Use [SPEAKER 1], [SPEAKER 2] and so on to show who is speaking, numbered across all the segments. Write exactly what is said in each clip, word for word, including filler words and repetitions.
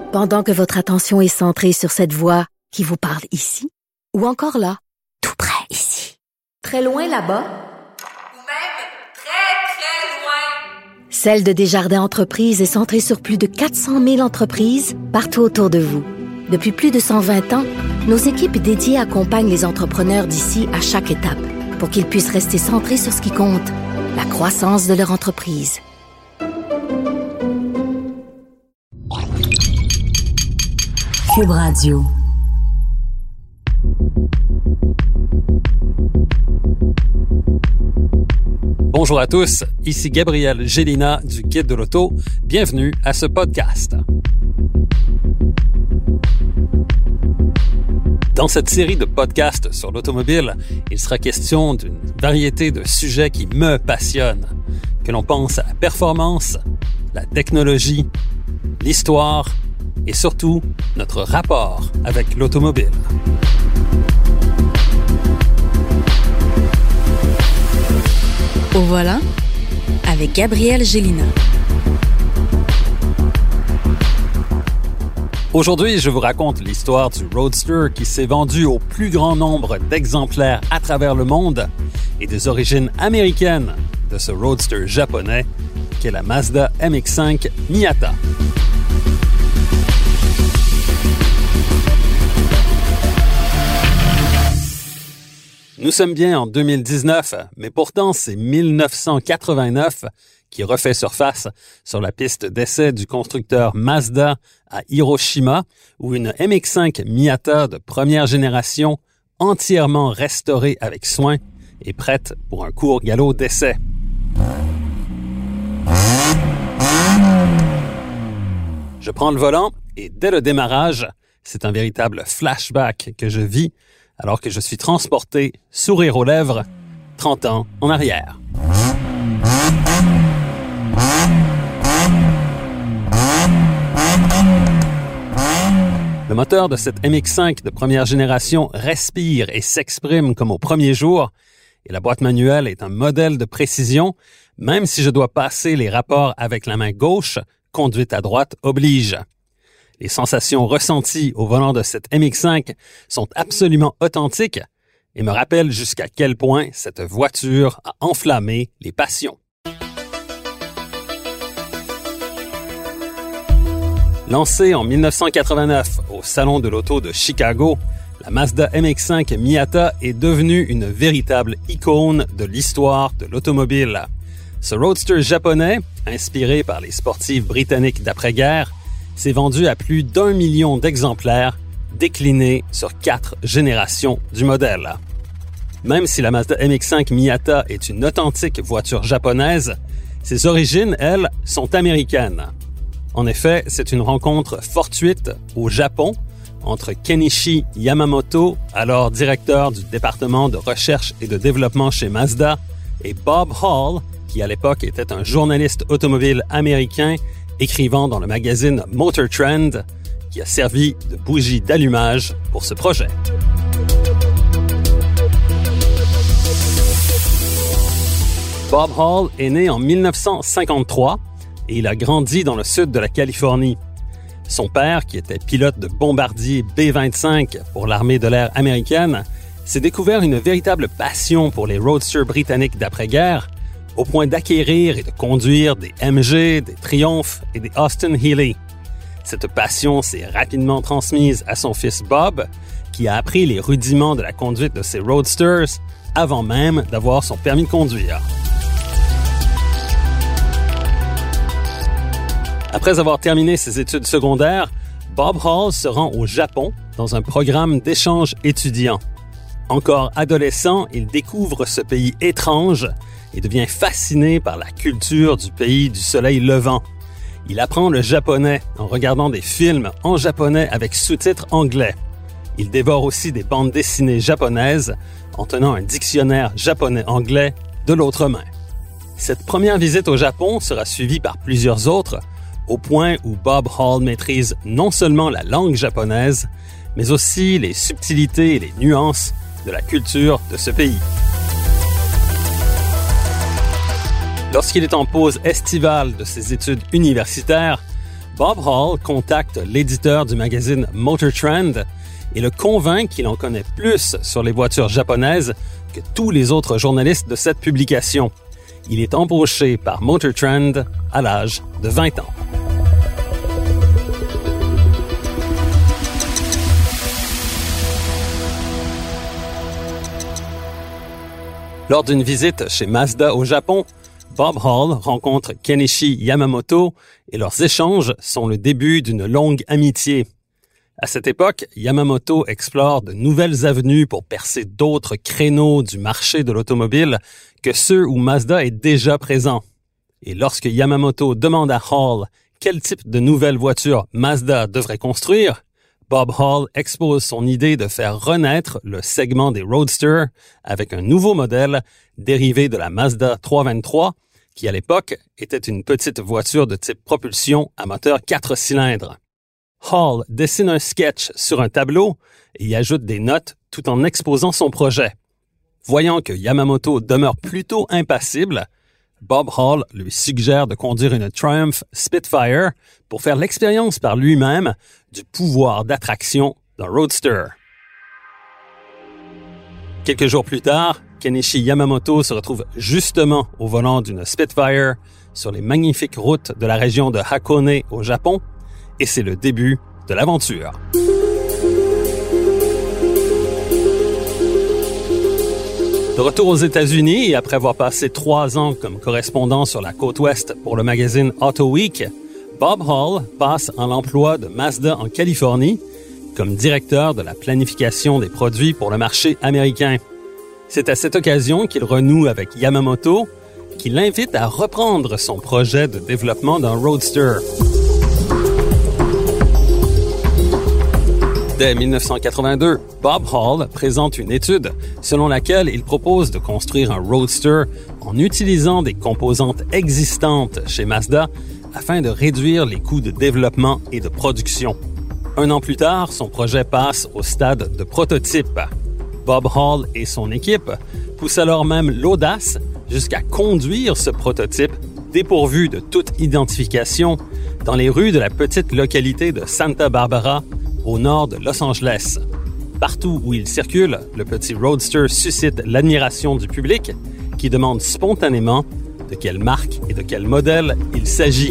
[SPEAKER 1] Pendant que votre attention est centrée sur cette voix qui vous parle ici, ou encore là, tout près ici, très loin là-bas,
[SPEAKER 2] ou même très, très loin.
[SPEAKER 1] Celle de Desjardins Entreprises est centrée sur plus de quatre cent mille entreprises partout autour de vous. Depuis plus de cent vingt ans, nos équipes dédiées accompagnent les entrepreneurs d'ici à chaque étape pour qu'ils puissent rester centrés sur ce qui compte, la croissance de leur entreprise.
[SPEAKER 3] Cube Radio.
[SPEAKER 4] Bonjour à tous, ici Gabriel Gélina du Guide de l'Auto. Bienvenue à ce podcast. Dans cette série de podcasts sur l'automobile, il sera question d'une variété de sujets qui me passionnent, que l'on pense à la performance, la technologie, l'histoire et surtout notre rapport avec l'automobile.
[SPEAKER 3] Au volant, avec Gabriel Gélina.
[SPEAKER 4] Aujourd'hui, je vous raconte l'histoire du Roadster qui s'est vendu au plus grand nombre d'exemplaires à travers le monde et des origines américaines de ce Roadster japonais qu'est la Mazda M X cinq Miata. Nous sommes bien en deux mille dix-neuf, mais pourtant c'est mille neuf cent quatre-vingt-neuf qui refait surface sur la piste d'essai du constructeur Mazda à Hiroshima, où une M X cinq Miata de première génération, entièrement restaurée avec soin, est prête pour un court galop d'essai. Je prends le volant et dès le démarrage, c'est un véritable flashback que je vis alors que je suis transporté, sourire aux lèvres, trente ans en arrière. Le moteur de cette M X cinq de première génération respire et s'exprime comme au premier jour, et la boîte manuelle est un modèle de précision, même si je dois passer les rapports avec la main gauche, conduite à droite oblige. Les sensations ressenties au volant de cette M X cinq sont absolument authentiques et me rappellent jusqu'à quel point cette voiture a enflammé les passions. Lancée en mille neuf cent quatre-vingt-neuf au Salon de l'Auto de Chicago, la Mazda M X cinq Miata est devenue une véritable icône de l'histoire de l'automobile. Ce roadster japonais, inspiré par les sportifs britanniques d'après-guerre, s'est vendu à plus d'un million d'exemplaires, déclinés sur quatre générations du modèle. Même si la Mazda M X cinq Miata est une authentique voiture japonaise, ses origines, elles, sont américaines. En effet, c'est une rencontre fortuite au Japon entre Kenichi Yamamoto, alors directeur du département de recherche et de développement chez Mazda, et Bob Hall, qui à l'époque était un journaliste automobile américain écrivant dans le magazine Motor Trend, qui a servi de bougie d'allumage pour ce projet. Bob Hall est né en mille neuf cent cinquante-trois et il a grandi dans le sud de la Californie. Son père, qui était pilote de bombardier B vingt-cinq pour l'armée de l'air américaine, s'est découvert une véritable passion pour les roadsters britanniques d'après-guerre, au point d'acquérir et de conduire des M G, des Triumph et des Austin Healey. Cette passion s'est rapidement transmise à son fils Bob, qui a appris les rudiments de la conduite de ces roadsters avant même d'avoir son permis de conduire. Après avoir terminé ses études secondaires, Bob Hall se rend au Japon dans un programme d'échange étudiant. Encore adolescent, il découvre ce pays étrange et devient fasciné par la culture du pays du soleil levant. Il apprend le japonais en regardant des films en japonais avec sous-titres anglais. Il dévore aussi des bandes dessinées japonaises en tenant un dictionnaire japonais-anglais de l'autre main. Cette première visite au Japon sera suivie par plusieurs autres, au point où Bob Hall maîtrise non seulement la langue japonaise, mais aussi les subtilités et les nuances de la culture de ce pays. Lorsqu'il est en pause estivale de ses études universitaires, Bob Hall contacte l'éditeur du magazine Motor Trend et le convainc qu'il en connaît plus sur les voitures japonaises que tous les autres journalistes de cette publication. Il est embauché par Motor Trend à l'âge de vingt ans. Lors d'une visite chez Mazda au Japon, Bob Hall rencontre Kenichi Yamamoto et leurs échanges sont le début d'une longue amitié. À cette époque, Yamamoto explore de nouvelles avenues pour percer d'autres créneaux du marché de l'automobile que ceux où Mazda est déjà présent. Et lorsque Yamamoto demande à Hall quel type de nouvelle voiture Mazda devrait construire, Bob Hall expose son idée de faire renaître le segment des Roadster avec un nouveau modèle dérivé de la Mazda trois cent vingt-trois, qui à l'époque était une petite voiture de type propulsion à moteur quatre cylindres. Hall dessine un sketch sur un tableau et y ajoute des notes tout en exposant son projet. Voyant que Yamamoto demeure plutôt impassible, Bob Hall lui suggère de conduire une Triumph Spitfire pour faire l'expérience par lui-même du pouvoir d'attraction d'un Roadster. Quelques jours plus tard, Kenichi Yamamoto se retrouve justement au volant d'une Spitfire sur les magnifiques routes de la région de Hakone au Japon, et c'est le début de l'aventure. De retour aux États-Unis et après avoir passé trois ans comme correspondant sur la côte ouest pour le magazine Auto Week, Bob Hall passe en l'emploi de Mazda en Californie comme directeur de la planification des produits pour le marché américain. C'est à cette occasion qu'il renoue avec Yamamoto, qui l'invite à reprendre son projet de développement d'un Roadster. Dès dix-neuf cent quatre-vingt-deux, Bob Hall présente une étude selon laquelle il propose de construire un Roadster en utilisant des composantes existantes chez Mazda afin de réduire les coûts de développement et de production. Un an plus tard, son projet passe au stade de prototype. Bob Hall et son équipe poussent alors même l'audace jusqu'à conduire ce prototype dépourvu de toute identification dans les rues de la petite localité de Santa Barbara, au nord de Los Angeles. Partout où il circule, le petit Roadster suscite l'admiration du public qui demande spontanément de quelle marque et de quel modèle il s'agit.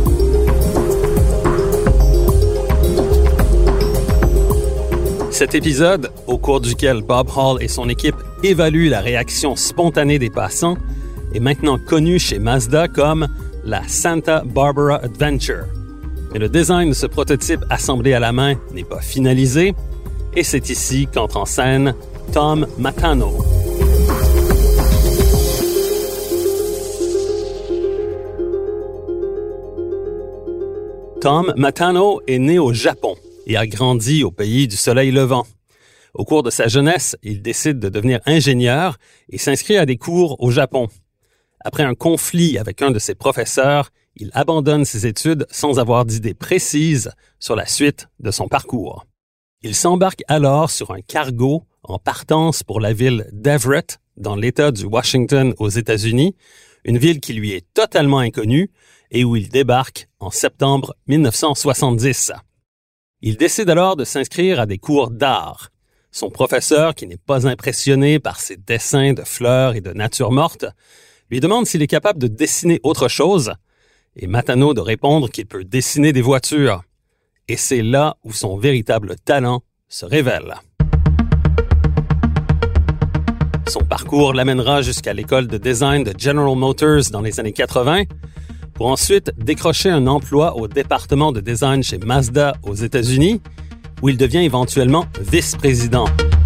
[SPEAKER 4] Cet épisode, au cours duquel Bob Hall et son équipe évaluent la réaction spontanée des passants, est maintenant connu chez Mazda comme la Santa Barbara Adventure. Mais le design de ce prototype assemblé à la main n'est pas finalisé, et c'est ici qu'entre en scène Tom Matano. Tom Matano est né au Japon et a grandi au pays du soleil levant. Au cours de sa jeunesse, il décide de devenir ingénieur et s'inscrit à des cours au Japon. Après un conflit avec un de ses professeurs, il abandonne ses études sans avoir d'idée précise sur la suite de son parcours. Il s'embarque alors sur un cargo en partance pour la ville d'Everett, dans l'État du Washington aux États-Unis, une ville qui lui est totalement inconnue et où il débarque en septembre dix-neuf cent soixante-dix. Il décide alors de s'inscrire à des cours d'art. Son professeur, qui n'est pas impressionné par ses dessins de fleurs et de nature morte, lui demande s'il est capable de dessiner autre chose, et Matano de répondre qu'il peut dessiner des voitures. Et c'est là où son véritable talent se révèle. Son parcours l'amènera jusqu'à l'école de design de General Motors dans les années quatre-vingts, pour ensuite décrocher un emploi au département de design chez Mazda aux États-Unis, où il devient éventuellement vice-président.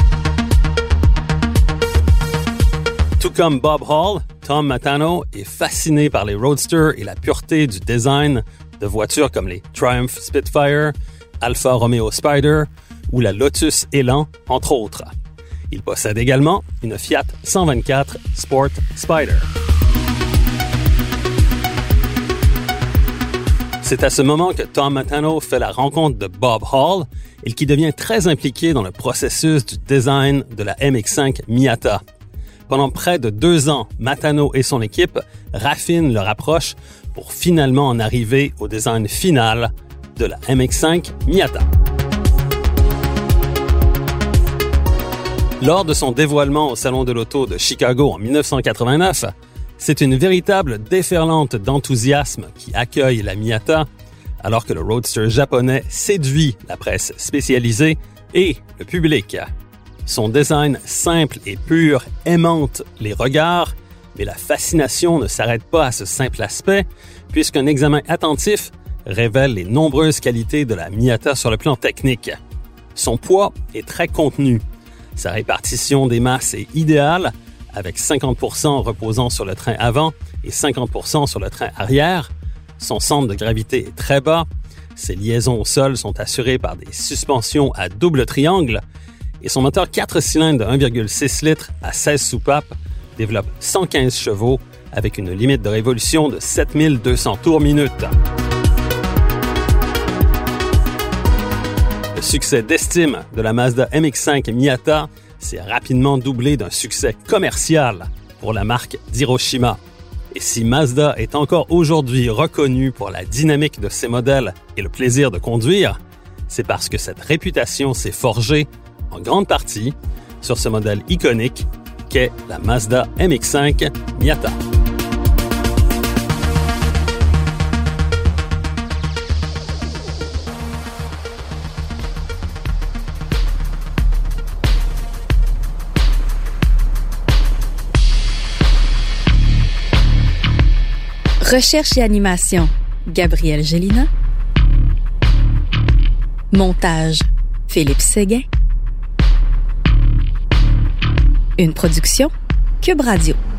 [SPEAKER 4] Tout comme Bob Hall, Tom Matano est fasciné par les Roadster et la pureté du design de voitures comme les Triumph Spitfire, Alfa Romeo Spider ou la Lotus Elan, entre autres. Il possède également une Fiat cent vingt-quatre Sport Spider. C'est à ce moment que Tom Matano fait la rencontre de Bob Hall et qui devient très impliqué dans le processus du design de la M X cinq Miata. Pendant près de deux ans, Matano et son équipe raffinent leur approche pour finalement en arriver au design final de la M X cinq Miata. Lors de son dévoilement au Salon de l'Auto de Chicago en dix-neuf cent quatre-vingt-neuf, c'est une véritable déferlante d'enthousiasme qui accueille la Miata, alors que le roadster japonais séduit la presse spécialisée et le public. Son design simple et pur aimante les regards, mais la fascination ne s'arrête pas à ce simple aspect, puisqu'un examen attentif révèle les nombreuses qualités de la Miata sur le plan technique. Son poids est très contenu. Sa répartition des masses est idéale, avec cinquante pour cent reposant sur le train avant et cinquante pour cent sur le train arrière. Son centre de gravité est très bas. Ses liaisons au sol sont assurées par des suspensions à double triangle. Et son moteur quatre cylindres de un virgule six litres à seize soupapes développe cent quinze chevaux avec une limite de révolution de sept mille deux cents tours minute. Le succès d'estime de la Mazda M X cinq Miata s'est rapidement doublé d'un succès commercial pour la marque d'Hiroshima. Et si Mazda est encore aujourd'hui reconnue pour la dynamique de ses modèles et le plaisir de conduire, c'est parce que cette réputation s'est forgée en grande partie sur ce modèle iconique qu'est la Mazda M X cinq Miata.
[SPEAKER 3] Recherche et animation, Gabrielle Gélina. Montage, Philippe Séguin. Une production, Cube Radio.